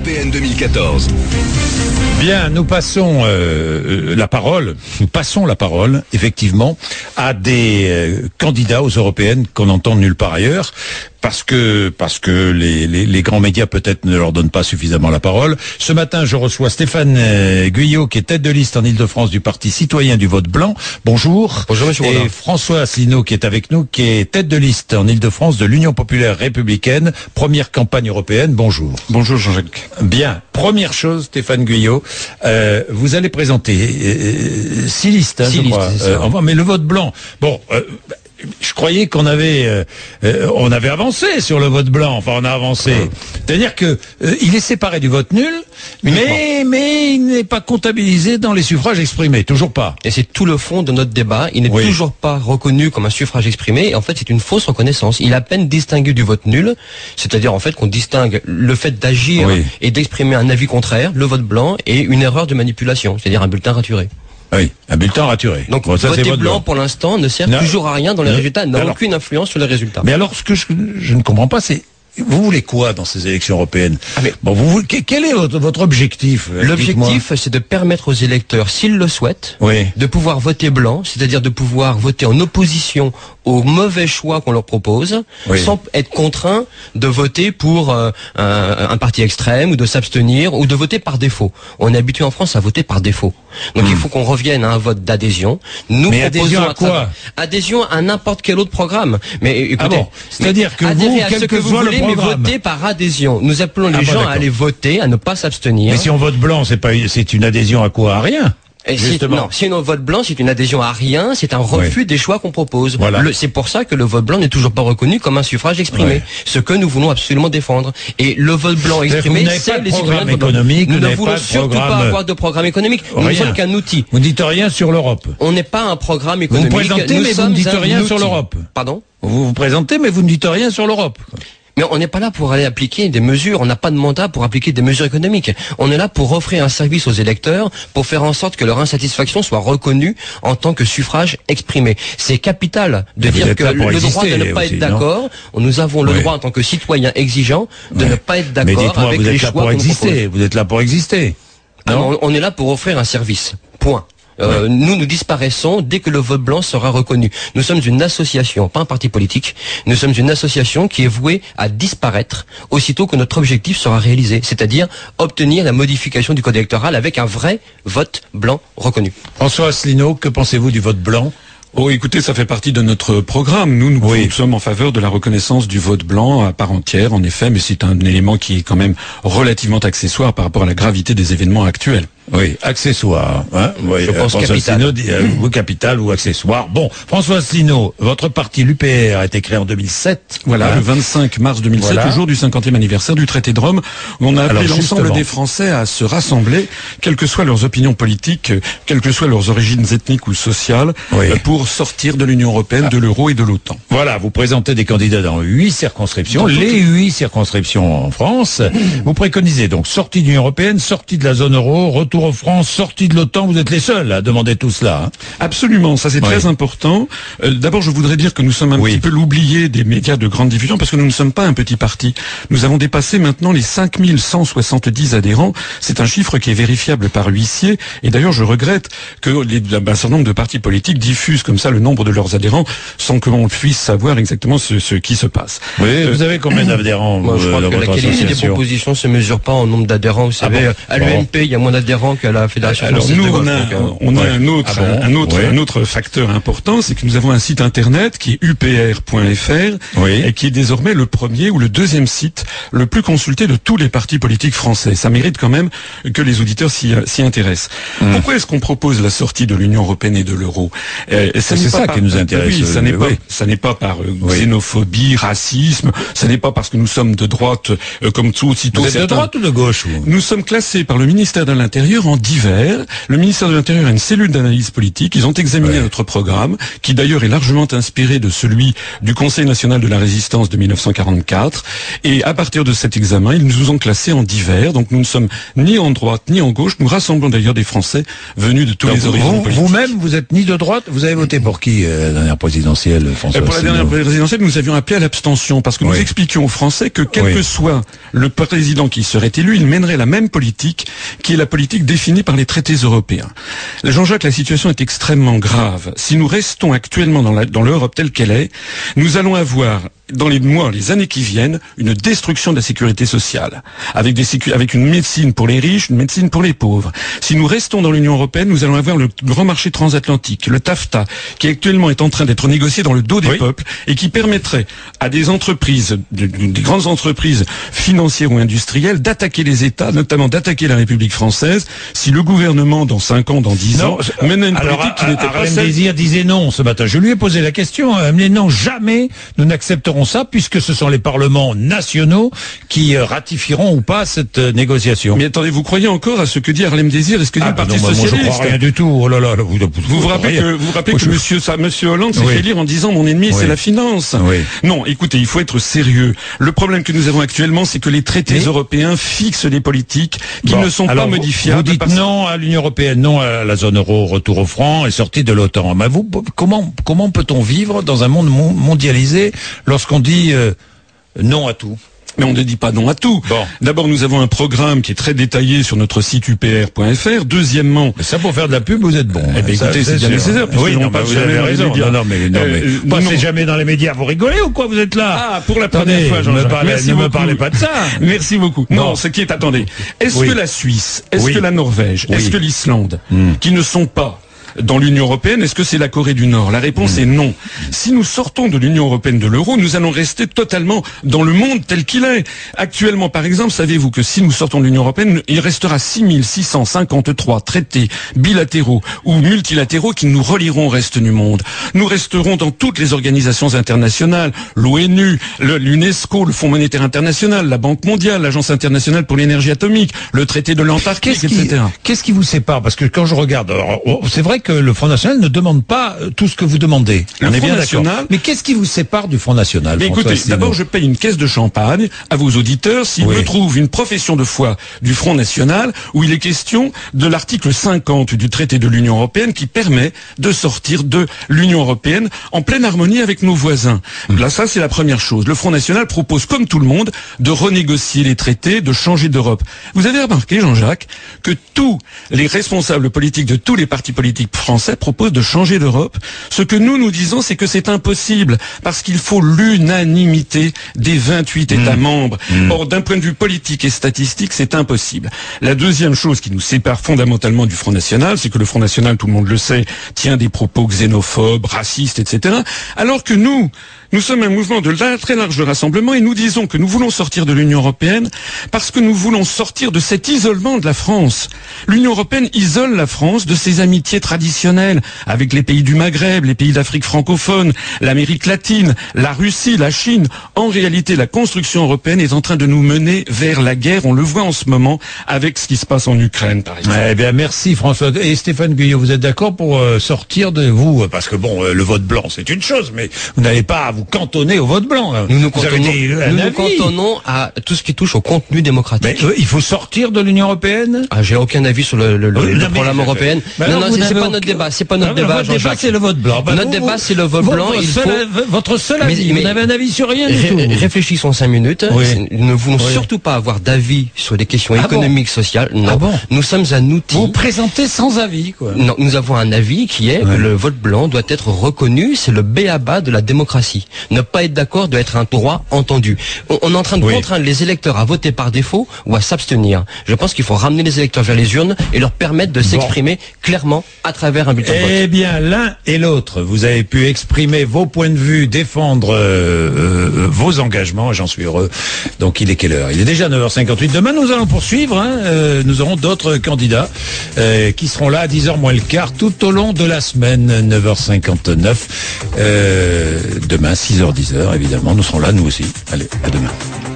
européennes 2014. Bien, nous passons la parole, effectivement, à des candidats aux européennes qu'on entend nulle part ailleurs. Parce que les grands médias peut-être ne leur donnent pas suffisamment la parole. Ce matin, je reçois Stéphane Guyot, qui est tête de liste en Ile-de-France du Parti citoyen du vote blanc. Bonjour. Bonjour, monsieur Et Rodin. François Asselineau, qui est avec nous, qui est tête de liste en Ile-de-France de l'Union populaire républicaine, première campagne européenne. Bonjour. Bonjour Jean-Jacques. Bien. Première chose, Stéphane Guyot, vous allez présenter 6 listes, je crois. Mais le vote blanc. Bon. Je croyais qu'on avait avancé sur le vote blanc. Enfin, on a avancé. C'est-à-dire que il est séparé du vote nul, mais il n'est pas comptabilisé dans les suffrages exprimés. Toujours pas. Et c'est tout le fond de notre débat. Il n'est toujours pas reconnu comme un suffrage exprimé. Et en fait, c'est une fausse reconnaissance. Il est à peine distingué du vote nul. C'est-à-dire, en fait, qu'on distingue le fait d'agir et d'exprimer un avis contraire, le vote blanc, et une erreur de manipulation. C'est-à-dire un bulletin raturé. Oui, un bulletin raturé. Donc, voter blanc, pour l'instant, ne sert toujours à rien dans les résultats, n'a aucune influence sur les résultats. Mais alors, ce que je ne comprends pas, c'est, vous voulez quoi dans ces élections européennes? Quel est votre objectif? L'objectif, c'est de permettre aux électeurs, s'ils le souhaitent, de pouvoir voter blanc, c'est-à-dire de pouvoir voter en opposition aux mauvais choix qu'on leur propose, sans être contraint de voter pour un parti extrême, ou de s'abstenir, ou de voter par défaut. On est habitué en France à voter par défaut. Donc il faut qu'on revienne à un vote d'adhésion. Mais adhésion à quoi? Adhésion à n'importe quel autre programme. Mais écoutez, c'est-à-dire que vous, quel que soit le mais voter par adhésion. Nous appelons les gens à aller voter, à ne pas s'abstenir. Mais si on vote blanc, c'est une adhésion à quoi? À rien. Si on vote blanc, c'est une adhésion à rien, c'est un refus des choix qu'on propose. Voilà. C'est pour ça que le vote blanc n'est toujours pas reconnu comme un suffrage exprimé. Ce que nous voulons absolument défendre. Et le vote blanc exprimé, c'est les citoyens économiques. Nous ne voulons surtout pas avoir de programme économique. Nous ne sommes qu'un outil. Vous ne dites rien sur l'Europe. On n'est pas un programme économique. Vous vous présentez, mais vous ne dites rien sur l'Europe. Pardon? Vous vous présentez, mais vous ne dites rien sur l'Europe. Mais on n'est pas là pour aller appliquer des mesures, on n'a pas de mandat pour appliquer des mesures économiques. On est là pour offrir un service aux électeurs, pour faire en sorte que leur insatisfaction soit reconnue en tant que suffrage exprimé. C'est capital de dire que le droit de ne pas être d'accord, nous avons le droit en tant que citoyens exigeants de ne pas être d'accord avec les choix qu'on propose. Vous êtes là pour exister. Non, on est là pour offrir un service. Point. Nous disparaissons dès que le vote blanc sera reconnu. Nous sommes une association, pas un parti politique. Nous sommes une association qui est vouée à disparaître aussitôt que notre objectif sera réalisé, c'est-à-dire obtenir la modification du code électoral avec un vrai vote blanc reconnu. François Asselineau, que pensez-vous du vote blanc? Oh, écoutez, ça fait partie de notre programme. Nous sommes en faveur de la reconnaissance du vote blanc à part entière, en effet, mais c'est un élément qui est quand même relativement accessoire par rapport à la gravité des événements actuels. Oui, accessoire. Hein, je pense capital. Ou capital ou accessoire. Bon, François Asselineau, votre parti, l'UPR, a été créé en 2007. Voilà, le 25 mars 2007, le jour du 50e anniversaire du traité de Rome, où on a appelé l'ensemble des Français à se rassembler, quelles que soient leurs opinions politiques, quelles que soient leurs origines ethniques ou sociales, pour sortir de l'Union européenne, de l'euro et de l'OTAN. Voilà, vous présentez des candidats dans 8 circonscriptions, les 8 circonscriptions en France. Vous préconisez donc sortie de l'Union européenne, sortie de la zone euro, retour en France, sortie de l'OTAN. Vous êtes les seuls à demander tout cela. Hein. Absolument, ça c'est très important. D'abord, je voudrais dire que nous sommes un petit peu l'oublié des médias de grande diffusion, parce que nous ne sommes pas un petit parti. Nous avons dépassé maintenant les 5170 adhérents. C'est un chiffre qui est vérifiable par l'huissier. Et d'ailleurs, je regrette que un certain nombre de partis politiques diffusent comme ça le nombre de leurs adhérents sans que l'on puisse savoir exactement ce qui se passe. Oui, vous avez combien d'adhérents? Je crois que la qualité des propositions se mesure pas en nombre d'adhérents. Vous savez, à l'UMP, il y a moins d'adhérents qu'à la Fédération française de golf. On a un autre facteur important, c'est que nous avons un site internet qui est upr.fr et qui est désormais le premier ou le deuxième site le plus consulté de tous les partis politiques français. Ça mérite quand même que les auditeurs s'y intéressent. Pourquoi est-ce qu'on propose la sortie de l'Union européenne et de l'euro? C'est ça qui nous intéresse. Oui, ça n'est pas par xénophobie, racisme, ça n'est pas parce que nous sommes de droite comme tout aussitôt. Vous êtes de droite ou de gauche? Nous sommes classés par le ministère de l'Intérieur l'Intérieur en divers. Le ministère de l'Intérieur a une cellule d'analyse politique. Ils ont examiné notre programme, qui d'ailleurs est largement inspiré de celui du Conseil national de la résistance de 1944. Et à partir de cet examen, ils nous ont classés en divers. Donc nous ne sommes ni en droite ni en gauche. Nous rassemblons d'ailleurs des Français venus de tous les horizons politiques. Vous-même, vous êtes ni de droite. Vous avez voté pour qui la dernière présidentielle, François Pour la dernière présidentielle, nous avions appelé à l'abstention parce que nous expliquions aux Français que quel que soit le président qui serait élu, il mènerait la même politique qui est la politique définie par les traités européens. Jean-Jacques, la situation est extrêmement grave. Si nous restons actuellement dans l'Europe telle qu'elle est, nous allons avoir dans les mois, les années qui viennent, une destruction de la sécurité sociale, avec une médecine pour les riches, une médecine pour les pauvres. Si nous restons dans l'Union européenne, nous allons avoir le grand marché transatlantique, le TAFTA, qui actuellement est en train d'être négocié dans le dos des peuples et qui permettrait à des entreprises, des grandes entreprises financières ou industrielles, d'attaquer les États, notamment d'attaquer la République française, si le gouvernement, dans 5 ans, dans 10 ans, mène une politique qui n'était pas celle... Désir disait non ce matin. Je lui ai posé la question. Mais non, jamais nous n'accepterons ça, puisque ce sont les parlements nationaux qui ratifieront ou pas cette négociation. Mais attendez, vous croyez encore à ce que dit Harlem Désir et ce que dit le Parti Socialiste? Moi, je crois rien du tout. Oh là là, vous rappelez que Monsieur Hollande s'est fait lire en disant mon ennemi c'est la finance. Non, écoutez, il faut être sérieux. Le problème que nous avons actuellement, c'est que les traités européens fixent des politiques qui ne sont pas modifiables. Vous dites non à l'Union européenne, non à la zone euro, retour au franc et sortie de l'OTAN. Mais comment peut-on vivre dans un monde mondialisé lorsqu'on dit non à tout? Mais on ne dit pas non à tout. D'abord, nous avons un programme qui est très détaillé sur notre site upr.fr. Deuxièmement... Mais ça, pour faire de la pub, vous êtes bon. Écoutez, c'est bien nécessaire. Oui, non, vous avez raison. Non, mais passez jamais dans les médias. Vous rigolez ou quoi? Vous êtes là? Ah, pour la première fois, Jean-Jacques. Ne me parlez pas de ça. Merci beaucoup. Non, ce qui est... Attendez. Est-ce que la Suisse, est-ce que la Norvège, est-ce que l'Islande, qui ne sont pas dans l'Union européenne, est-ce que c'est la Corée du Nord? La réponse est non. Si nous sortons de l'Union européenne, de l'euro, nous allons rester totalement dans le monde tel qu'il est. Actuellement, par exemple, savez-vous que si nous sortons de l'Union européenne, il restera 6653 traités bilatéraux ou multilatéraux qui nous relieront au reste du monde. Nous resterons dans toutes les organisations internationales, l'ONU, l'UNESCO, le Fonds monétaire international, la Banque mondiale, l'Agence internationale pour l'énergie atomique, le traité de l'Antarctique, etc. Qu'est-ce qui vous sépare? Parce que quand je regarde, c'est vrai que le Front National ne demande pas tout ce que vous demandez. On est bien d'accord. Mais qu'est-ce qui vous sépare du Front National? Mais écoutez, d'abord, je paye une caisse de champagne à vos auditeurs s'ils me trouvent une profession de foi du Front National où il est question de l'article 50 du traité de l'Union européenne qui permet de sortir de l'Union européenne en pleine harmonie avec nos voisins. Là, ça, c'est la première chose. Le Front National propose, comme tout le monde, de renégocier les traités, de changer d'Europe. Vous avez remarqué, Jean-Jacques, que tous les responsables politiques de tous les partis politiques français proposent de changer d'Europe. Ce que nous disons, c'est que c'est impossible parce qu'il faut l'unanimité des 28 États membres. Or, d'un point de vue politique et statistique, c'est impossible. La deuxième chose qui nous sépare fondamentalement du Front National, c'est que le Front National, tout le monde le sait, tient des propos xénophobes, racistes, etc. Alors que nous sommes un mouvement de très large rassemblement et nous disons que nous voulons sortir de l'Union européenne parce que nous voulons sortir de cet isolement de la France. L'Union européenne isole la France de ses amitiés traditionnelles avec les pays du Maghreb, les pays d'Afrique francophone, l'Amérique latine, la Russie, la Chine. En réalité, la construction européenne est en train de nous mener vers la guerre. On le voit en ce moment avec ce qui se passe en Ukraine, par exemple. Eh bien, merci François. Et Stéphane Guyot, vous êtes d'accord pour sortir de vous? Parce que bon, le vote blanc, c'est une chose, mais vous n'allez pas à vous cantonner au vote blanc. Nous nous cantonnons à tout ce qui touche au contenu démocratique. Mais il faut sortir de l'Union européenne? J'ai aucun avis sur le programme européen. Non, c'est pas notre débat. C'est pas notre débat, Jean-Jacques. Notre débat, c'est le vote blanc. Notre débat, c'est le vote blanc. Votre seul avis. Vous n'avez un avis sur rien du tout. Réfléchissons 5 minutes. Nous ne voulons surtout pas avoir d'avis sur des questions économiques, sociales. Non. Nous sommes un outil. Vous présentez sans avis, quoi. Non, nous avons un avis qui est que le vote blanc doit être reconnu. C'est le b.a.-ba de la démocratie. Ne pas être d'accord doit être un droit entendu. On est en train de contraindre les électeurs à voter par défaut ou à s'abstenir. Je pense qu'il faut ramener les électeurs vers les urnes et leur permettre de s'exprimer clairement à travers un bulletin de vote. Eh bien, l'un et l'autre, vous avez pu exprimer vos points de vue, défendre vos engagements, j'en suis heureux. Donc, il est quelle heure? Il est déjà 9h58. Demain, nous allons poursuivre. Nous aurons d'autres candidats qui seront là à 10h moins le quart tout au long de la semaine, 9h59. Demain, 6h, 10h, évidemment. Nous serons là, nous aussi. Allez, à demain.